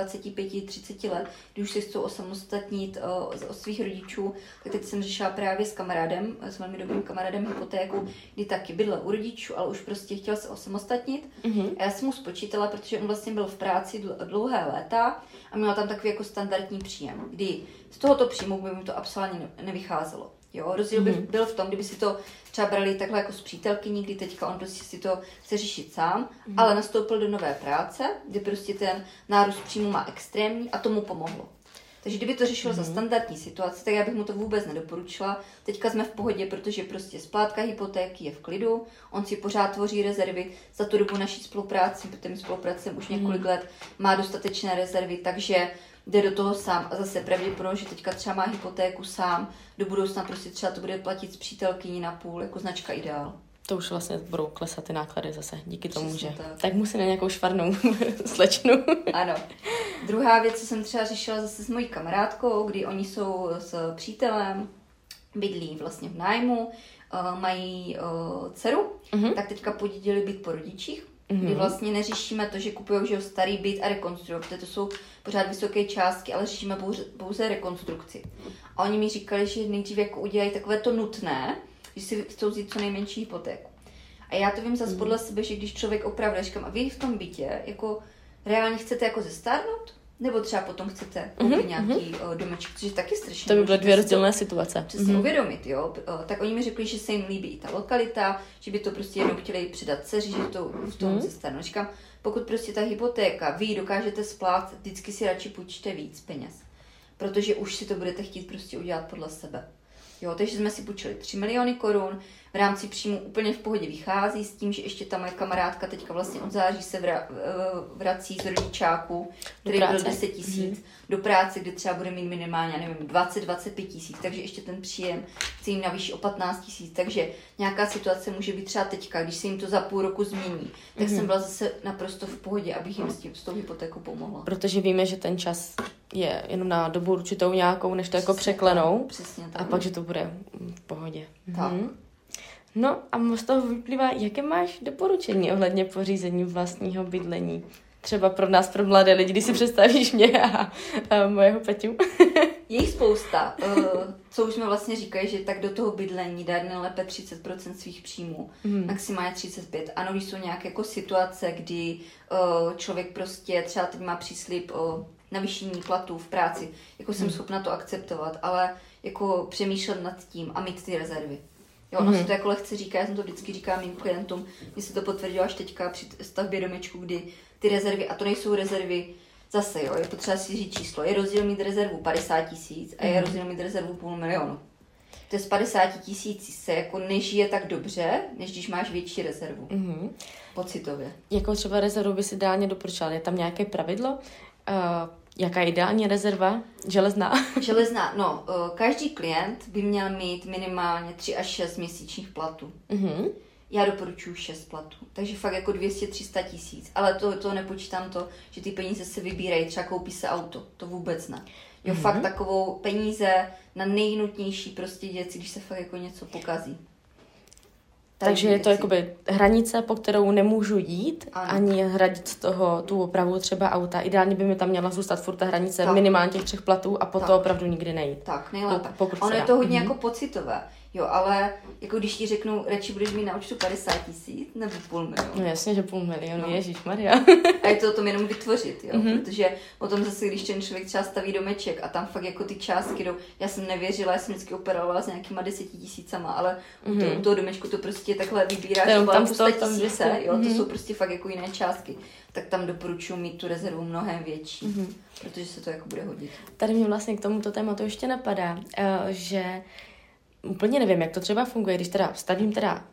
25-30 let, kdy už si chcou osamostatnit od svých rodičů, tak teď jsem řešila právě s kamarádem, s velmi dobrým kamarádem hypotéku, kdy taky bydlel u rodičů, ale už prostě chtěl se osamostatnit. A já jsem mu spočítala, protože on vlastně byl v práci dlouhé léta a měl tam takový jako standardní příjem, kdy z tohoto příjmu by mi to absolutně nevycházelo. Jo, rozdíl by byl v tom, kdyby si to třeba brali takhle jako s přítelkyní, kdy teďka on prostě si to chce řešit sám, ale nastoupil do nové práce, kdy prostě ten nárůst příjmu má extrémní a tomu pomohlo. Takže kdyby to řešilo za standardní situaci, tak já bych mu to vůbec nedoporučila. Teďka jsme v pohodě, protože prostě splátka hypotéky je v klidu, on si pořád tvoří rezervy za tu dobu naší spolupráci, protože my spolupracujeme už několik let, má dostatečné rezervy, takže jde do toho sám a zase pravděpodobně, že teďka třeba má hypotéku sám, do budoucna prostě třeba to bude platit s přítelkyní na půl, jako značka Ideál. To už vlastně budou klesat ty náklady zase, díky tomu, Přesně že tak musí na nějakou švarnou slečnu. Ano. Druhá věc, co jsem třeba řešila zase s mojí kamarádkou, kdy oni jsou s přítelem, bydlí vlastně v nájmu, mají dceru, tak teďka podědili byt po rodičích, kdy vlastně neřešíme to, že kupují starý byt a rekonstruují, protože to jsou pořád vysoké částky, ale řešíme pouze rekonstrukci. A oni mi říkali, že nejdřív jako udělají takové to nutné, že si chcou vzít co nejmenší hypotéku. A já to vím zase podle sebe, že když člověk opravdu, říkám, a vy v tom bytě jako reálně chcete jako zestárnout? Nebo třeba potom chcete koupit nějaký domeček, což je taky strašně. To by byly dvě rozdílné situace. Přesně uvědomit, jo. Tak oni mi řekli, že se jim líbí i ta lokalita, že by to prostě jenom chtěli předat dceři, že to v tom zestárnou. Říkám, pokud prostě ta hypotéka, vy dokážete splácet, vždycky si radši půjčte víc peněz. Protože už si to budete chtít prostě udělat podle sebe. Jo, takže jsme si půjčili 3 miliony korun, v rámci příjmu úplně v pohodě vychází s tím, že ještě ta moje kamarádka teďka vlastně od září se vrací z rodičáku, který byl 10 000, do práce, kde třeba bude mít minimálně, nevím, 20-25 000, takže ještě ten příjem chce jim navýšit o 15 000, takže nějaká situace může být třeba teďka, když se jim to za půl roku změní, tak jsem byla zase naprosto v pohodě, abych jim s tou hypotékou pomohla. Protože víme, že ten čas je jenom na dobu určitou nějakou, než to jako překlenou. Přesně tak. A pak, že to bude v pohodě. Tak. No a z toho vyplývá, jaké máš doporučení ohledně pořízení vlastního bydlení? Třeba pro nás, pro mladé lidi, když si představíš mě a mojeho Peťu. Je jich spousta. Co už jsme vlastně říkali, že tak do toho bydlení dát nejlépe 30% svých příjmů, maximálně 35%. Ano, když jsou nějaké jako situace, kdy člověk prostě třeba teď má příslib navýšení platů v práci, jako jsem schopna to akceptovat, ale jako přemýšlet nad tím a mít ty rezervy. Jo, ono se to jako lehce říká, já jsem to vždycky říkala mým klientům, mně se to potvrdilo až teďka při stavbě domečku, kdy ty rezervy, a to nejsou rezervy zase, jo, je potřeba si říct číslo, je rozdíl mít rezervu 50 000 a je rozdíl mít rezervu 500 000. To z 50 000 se jako nežije tak dobře, než když máš větší rezervu. Pocitově. Jakou třeba rezervu by si ideálně doporučila? Je tam nějaké pravidlo? Jaká je ideální rezerva? Železná? Železná, no, každý klient by měl mít minimálně 3 až 6 měsíčních platů. Já doporučuji 6 platů, takže fakt jako 200-300 tisíc, ale to nepočítám to, že ty peníze se vybírají, třeba koupí se auto, to vůbec ne. Jo, fakt takovou peníze na nejnutnější prostě věci, když se fakt jako něco pokazí. Takže je to jakoby hranice, po kterou nemůžu jít, ani hradit z toho tu opravu třeba auta. Ideálně by mi tam měla zůstat furt ta hranice minimálně těch 3 platů a po to opravdu nikdy nejít. Tak, nejlépe. Ono je to hodně jako pocitové. Jo, ale jako když ti řeknu, radši budeš mít na účtu 50 000 nebo 500 000. No jasně, že 500 000, ježišmarja. A je to o tom jenom vytvořit, jo, protože potom zase, když ten člověk třeba staví domeček a tam fakt jako ty částky jdou, já jsem nevěřila, já jsem vždycky operovala s nějakýma 10 000, ale u toho domečku to prostě takhle vybíráš, tam 100 000, jo, to jsou prostě fakt jako jiné částky. Tak tam doporučuji mít tu rezervu mnohem větší, protože se to jako bude hodit. Tady mě vlastně k tomuto tématu ještě napadá, že úplně nevím, jak to třeba funguje, když teda stavím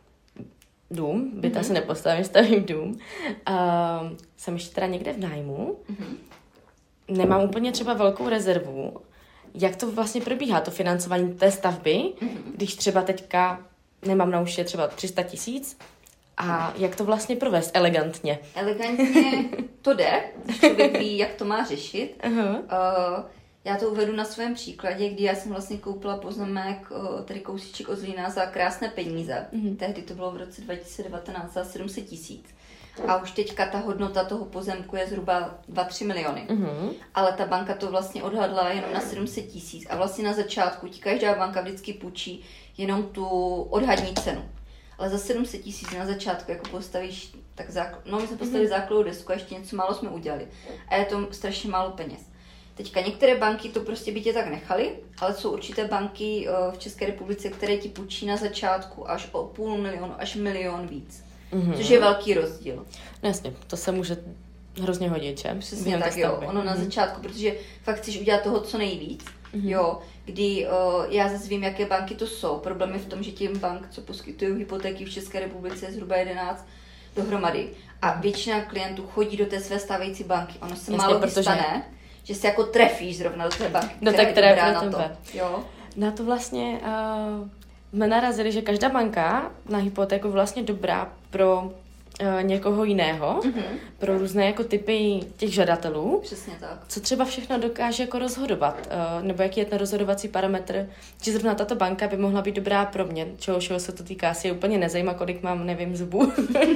dům, byt asi nepostavím, stavím dům. Jsem ještě teda někde v nájmu, nemám úplně třeba velkou rezervu. Jak to vlastně probíhá, to financování té stavby, když třeba teďka nemám na účtě třeba 300 000 a jak to vlastně provést elegantně? Elegantně to jde, člověk ví, jak to má řešit. Já to uvedu na svém příkladě, kdy já jsem vlastně koupila pozemek, tedy kousíček od Zlína za krásné peníze. Tehdy to bylo v roce 2019 za 700 000. A už teďka ta hodnota toho pozemku je zhruba 2-3 miliony. Ale ta banka to vlastně odhadla jenom na 700 000. A vlastně na začátku ti každá banka vždycky půjčí jenom tu odhadní cenu. Ale za 700 000 na začátku jako postavíš, tak my jsme postavili základovou desku a ještě něco málo jsme udělali. A je to strašně málo peněz. Teďka některé banky to prostě by tě tak nechaly, ale jsou určité banky v České republice, které ti půjčí na začátku až o 500 000 až 1 000 000 víc. Což je velký rozdíl. Jasně, to se může hrozně hodit, že? Přesně tak, jo. Ono na začátku, protože fakt chceš udělat toho co nejvíc, jo. Kdy já zase vím, jaké banky to jsou. Problém je v tom, že těm bank, co poskytují hypotéky v České republice, je zhruba 11 dohromady. A většina klientů chodí do té své stávající banky. Ono se málo vystane, že se jako trefíš zrovna do té banky, která je dobrá na to. Jo? Na to vlastně jsme narazili, že každá banka na hypotéku je vlastně dobrá pro někoho jiného, pro různé jako typy těch žadatelů. Přesně tak. Co třeba všechno dokáže jako rozhodovat, nebo jaký je ten rozhodovací parametr, že zrovna tato banka by mohla být dobrá pro mě, čeho se to týká, asi je úplně nezajímá, kolik mám, nevím, zubů,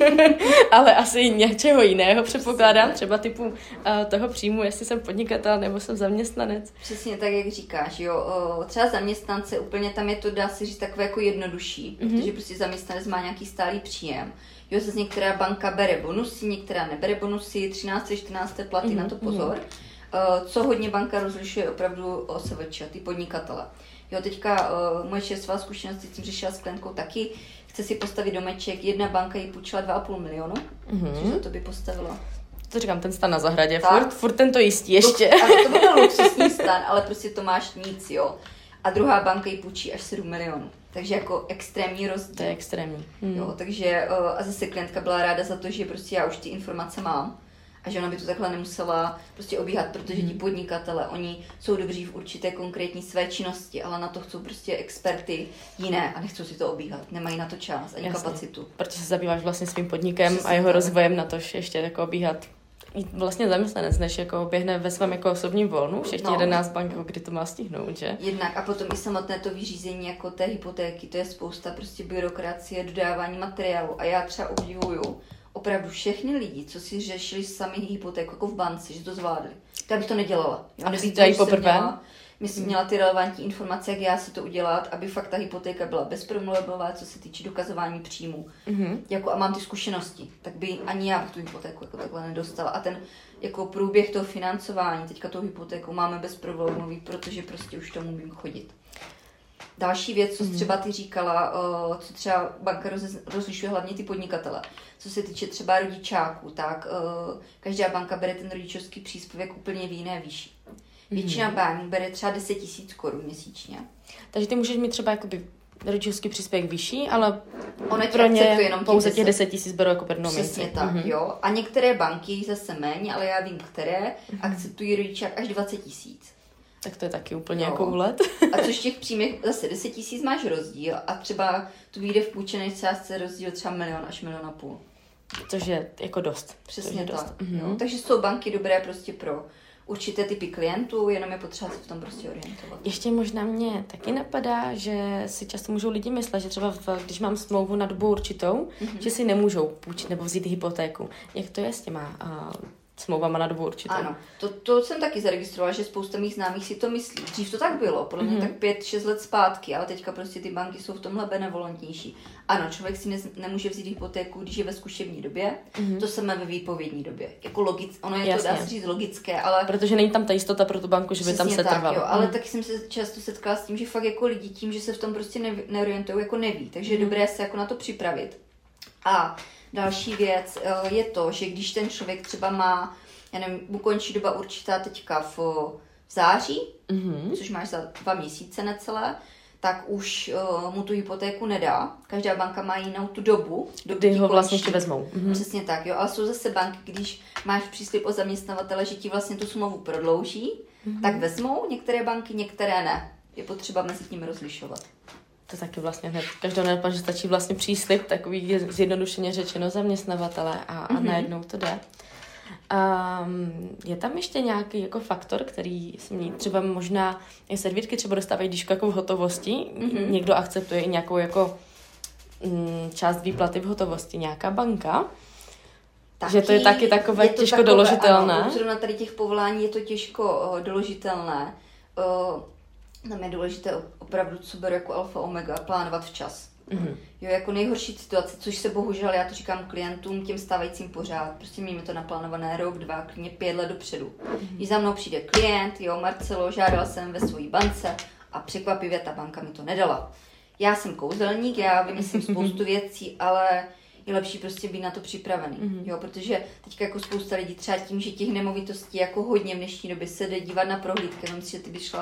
ale asi něčeho jiného předpokládám, třeba typu toho příjmu, jestli jsem podnikatel nebo jsem zaměstnanec. Přesně tak, jak říkáš, jo, třeba zaměstnance, úplně tam je to, dá se říct, takové jako jednodušší, protože prostě zaměstnanec má nějaký stálý příjem. Jo, zase některá banka bere bonusy, některá nebere bonusy, 13. 14. platy, na to pozor. Co hodně banka rozlišuje opravdu OSVČ, ty podnikatele. Jo, teďka moje čerstvá zkušenost, jsem řešila s klientkou taky, chce si postavit domeček, jedna banka jí půjčila 2,5 milionu, což to by postavila. To říkám, ten stan na zahradě, furt tento jistý ještě. Ale to byl luxusní stan, ale prostě to máš nic, jo. A druhá banka jí půjčí až 7 milionů. Takže jako extrémní rozdíl. To je extrémní. Jo, takže a zase klientka byla ráda za to, že prostě já už ty informace mám a že ona by to takhle nemusela prostě obíhat, protože ti podnikatele, oni jsou dobří v určité konkrétní své činnosti, ale na to chcou prostě experty jiné a nechcou si to obíhat, nemají na to čas ani kapacitu. Protože se zabýváš vlastně svým podnikem a jeho rozvojem, na to ještě jako obíhat vlastně zaměstnanec, než jako běhne ve svém jako osobním volnu, už ještě 11 bank, kdy to má stihnout, že? Jednak a potom i samotné to vyřízení jako té hypotéky, to je spousta prostě byrokracie, dodávání materiálu a já třeba obdivuju opravdu všechny lidi, co si řešili sami hypotéku jako v bance, že to zvládli. Já bych to nedělala. A ty to poprvé? Myslím, měla ty relevantní informace, jak já si to udělat, aby fakt ta hypotéka byla bezproblémová, co se týče dokazování příjmu. Jako, a mám ty zkušenosti, tak by ani já bych tu hypotéku jako takhle nedostala. A ten jako průběh toho financování, teďka tou hypotéku máme bezproblémový, protože prostě už tomu umím chodit. Další věc, co třeba ty říkala, co třeba banka rozlišuje hlavně ty podnikatele. Co se týče třeba rodičáků, tak každá banka bere ten rodičovský příspěvek úplně v jiné výši. Většina bank bere třeba 10 000 korun měsíčně. Takže ty můžeš mít třeba jakoby rodičovský příspěvek vyšší, ale pro ně jenom pouze těch 10 000 berou jako prvnou minci. Přesně tak, jo. A některé banky zase méně, ale já vím, které akceptují rodičák až 20 000. Tak to je taky úplně jako úlet. A což v těch příjmech zase 10 000 máš rozdíl a třeba tu vyjde v půjčené částce rozdíl třeba 1 000 000 až 1,5 milionu. Což je jako dost. Přesně tak. Jo. Takže jsou banky dobré prostě pro určité typy klientů, jenom je potřeba se v tom prostě orientovat. Ještě možná mě taky napadá, že si často můžou lidi myslet, že třeba když mám smlouvu na dobu určitou, že si nemůžou půjčit nebo vzít hypotéku. Jak to je s těma smlouvama na dobu určitou? Ano, to jsem taky zaregistrovala, že spousta mých známých si to myslí. Dřív to tak bylo, podle mě tak 5-6 let zpátky, ale teďka prostě ty banky jsou v tomhle benevolentnější. Ano, člověk si nemůže vzít hypotéku, když je ve zkušební době, to samé ve výpovědní době. Jako ono je to, dá se říct, logické, ale... Protože není tam ta jistota pro tu banku, že by tam se trvalo. Jo, ale taky jsem se často setkala s tím, že fakt jako lidi tím, že se v tom prostě neorientují, jako neví. Takže je dobré se jako na to připravit. A další věc je to, že když ten člověk třeba má, já nevím, ukončí doba určitá teďka v září, což máš za 2 měsíce necelé, tak už mu tu hypotéku nedá. Každá banka má jinou tu dobu. Kdy ho vlastně ti vezmou. Přesně tak, jo. Ale jsou zase banky, když máš příslib od zaměstnavatele, že ti vlastně tu smlouvu prodlouží, tak vezmou některé banky, některé ne. Je potřeba mezi tím rozlišovat. To taky vlastně hned. Každou nenapadne, že stačí vlastně příslib, takový je zjednodušeně řečeno zaměstnavatele a najednou to jde. Je tam ještě nějaký jako faktor, který se mě třeba možná servítky třeba dostávají díšku jako v hotovosti, někdo akceptuje i nějakou jako část výplaty v hotovosti, nějaká banka, taky, že to je taky takové je to těžko takové, doložitelné. Ano, zrovna tady těch povolání je to těžko doložitelné. Tam je důležité opravdu, co beru jako alfa omega, plánovat včas. Jo, jako nejhorší situace, což se bohužel, já to říkám klientům, těm stávajícím pořád, prostě máme to naplánované rok, 2, klidně 5 let dopředu. Když za mnou přijde klient, jo, Marcelo, žádal jsem ve své bance a překvapivě ta banka mi to nedala. Já jsem kouzelník, já vymyslím spoustu věcí, ale je lepší prostě být na to připravený, jo, protože teďka jako spousta lidí třeba tím, že těch nemovitostí jako hodně v dnešní době se jde dívat na prohlídky, myslím si, že ty bys šla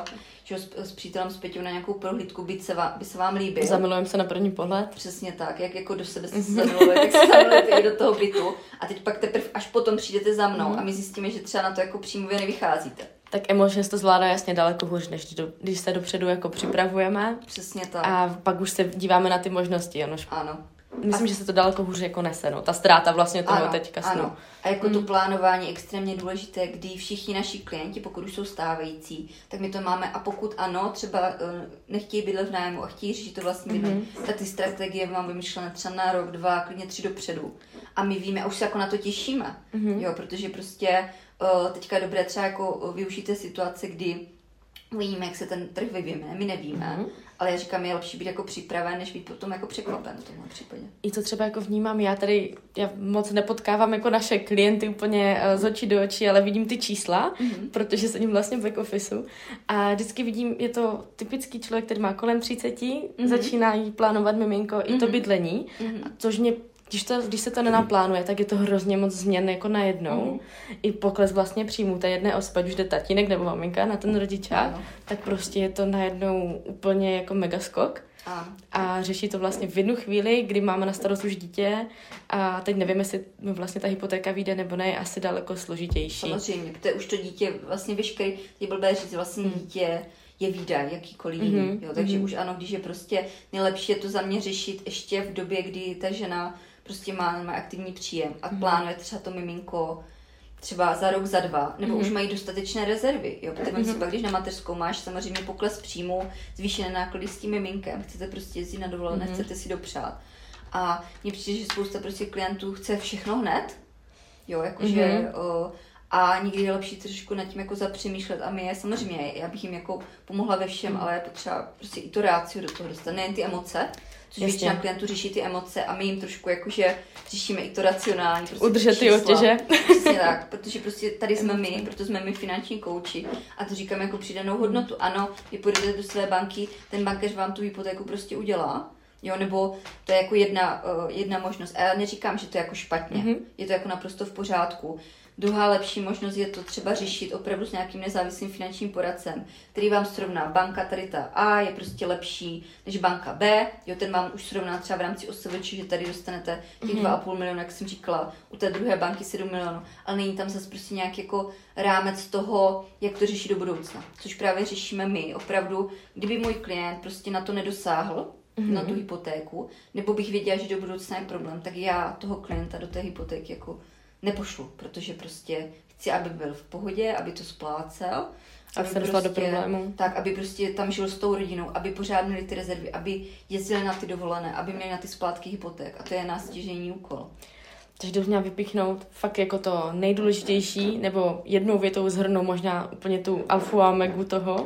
s přítelem s Peťou na nějakou prohlídku, by se vám líbil. Zamilujeme se na první pohled. Přesně tak, jak jako do sebe se zamiluje, tak se zamilujete i do toho bytu a teď pak teprve až potom přijdete za mnou a my zjistíme, že třeba na to jako příjmově nevycházíte. Tak emočně to zvládá jasně daleko hůř, než když se dopředu jako připravujeme. Přesně tak. A pak už se díváme na ty možnosti, ano. Myslím, že se to daleko hůř jako nese, no. Ta ztráta vlastně toho teďka snu. Ano. A jako to plánování je extrémně důležité, kdy všichni naši klienti, pokud už jsou stávající, tak my to máme a pokud ano, třeba nechtějí bydlet v nájmu a chtějí řešit to vlastní bydlení, tak ty strategie mám vymyšlené třeba na rok, 2, klidně 3 dopředu. A my víme, a už se jako na to těšíme, jo, protože prostě teďka je dobré třeba jako využít té situace, kdy uvidíme, jak se ten trh vyvíjí, my nevíme, ale já říkám, je lepší být jako připraven, než být potom jako překvapen v tomhle případě. I co třeba jako vnímám, já moc nepotkávám jako naše klienty úplně z očí do očí, ale vidím ty čísla, protože jsem vlastně v back officeu a vždycky vidím, je to typický člověk, který má kolem 30, začíná jí plánovat miminko i to bydlení, což mě když se to nenaplánuje, tak je to hrozně moc změn jako najednou. I pokles vlastně příjmu té jedné osoby, už jde tatínek nebo maminka na ten rodičák, tak prostě je to najednou úplně jako mega skok. A řeší to vlastně v jednu chvíli, kdy máme na starost už dítě a teď nevím, jestli vlastně ta hypotéka vyjde nebo ne, je asi daleko složitější. Samozřejmě, protože už to dítě vlastně veškerý, je blbé říct, vlastně dítě je výdaj, jakýkoliv jiný. Jo, takže už ano, když je prostě nejlepší je to za mě řešit ještě v době, kdy ta žena prostě má aktivní příjem a plánuje třeba to miminko třeba za rok, za 2, nebo už mají dostatečné rezervy. Jo? Protože si pak, když na mateřskou máš samozřejmě pokles příjmu, zvýšené náklady s tím miminkem, chcete prostě jezdit na dovolené, chcete si dopřát. A mně přijde, že spousta prostě klientů chce všechno hned, jo, jakože a někdy je lepší trošku nad tím jako zapřemýšlet a my je samozřejmě, já bych jim jako pomohla ve všem, ale je potřeba prostě i to rácio do toho dostat, nejen ty emoce, což většina klientů řeší ty emoce a my jim trošku jakože řešíme i to racionální. Prostě udržet ty otěže. Přesně tak, protože prostě tady jsme my, proto jsme my finanční kouči a to říkám jako přidanou hodnotu. Ano, vy půjdete do své banky, ten bankéř vám tu hypotéku prostě udělá, Jo, nebo to je jako jedna možnost. A já neříkám, že to je jako špatně. Je to jako naprosto v pořádku. Druhá lepší možnost je to třeba řešit opravdu s nějakým nezávislým finančním poradcem, který vám srovná banka, tady ta A je prostě lepší než banka B, jo, ten vám už srovná třeba v rámci OSVČ, že tady dostanete těch 2,5 milionu, jak jsem říkala, u té druhé banky 7 milionů, ale není tam zase prostě nějaký jako rámec toho, jak to řešit do budoucna, což právě řešíme my. Opravdu, kdyby můj klient prostě na to nedosáhl, na tu hypotéku, nebo bych věděla, že do budoucna je problém, tak já toho klienta do té hypotéky jako nepošlu, protože prostě chci, aby byl v pohodě, aby to splácel, aby se dostal do problému. Tak, aby prostě tam žil s tou rodinou, aby pořád měli ty rezervy, aby jezdili na ty dovolené, aby měli na ty splátky hypoték. A to je náš stěžejní úkol. Takže bych měla vypíchnout fakt jako to nejdůležitější, nebo jednou větou zhrnou možná úplně tu alfu a omegu toho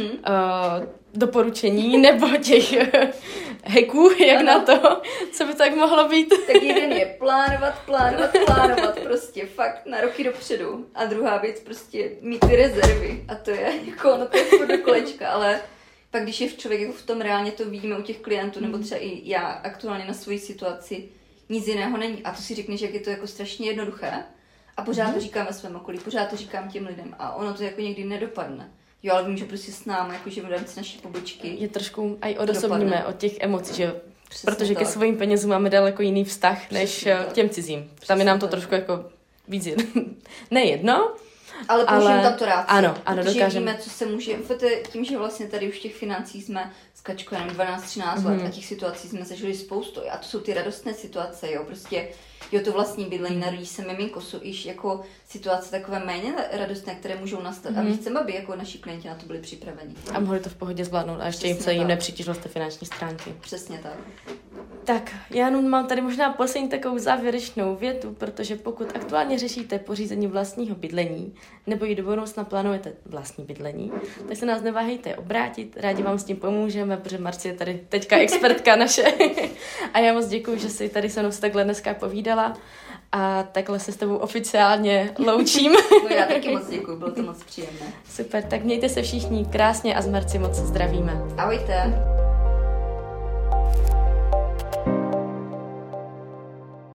doporučení, nebo těch hacků, jak na to, co by tak mohlo být. Tak jeden je plánovat prostě fakt na roky dopředu. A druhá věc prostě mít ty rezervy. A to je jako, no to je furt do kolečka, ale pak když je člověk jako v tom reálně to vidíme u těch klientů, nebo třeba i já aktuálně na svoji situaci, nic jiného není. A to si řekneš, jak je to jako strašně jednoduché. A pořád to říkám ve svém okolí, pořád to říkám těm lidem. A ono to jako někdy nedopadne. Jo, ale vím, že prostě s námi, jakože v rámci naší pobočky. Je trošku aj odosobníme od těch emocí, že protože ke svým penězům máme daleko jiný vztah, než k těm cizím. Tam je nám to trošku jako víc nejedno. Ale použijeme tam to rád. Ano, dokážeme. Víme, co se může, tím, že vlastně tady už těch financí jsme s Kačkou 12-13 let a těch situací jsme zažili spoustu. A to jsou ty radostné situace, jo, prostě jo, to vlastní bydlení, narodí se miminko, jsou již jako situace takové méně radostné, které můžou nastat. A my chceme, aby jako naši klienti na to byli připraveni. A mohli to v pohodě zvládnout a ještě jim nepřitížilo z té finanční stránky. Přesně tak. Tak, já mám tady možná poslední takovou závěrečnou větu, protože pokud aktuálně řešíte pořízení vlastního bydlení nebo i do budoucna plánujete vlastní bydlení, tak se nás neváhejte obrátit, rádi vám s tím pomůžeme, protože Marci je tady teďka expertka naše. A já moc děkuju, že jsi tady se mnou takhle dneska povídala a takhle se s tebou oficiálně loučím. No já taky moc děkuju, bylo to moc příjemné. Super, tak mějte se všichni krásně a s Marci moc zdravíme. Ahojte.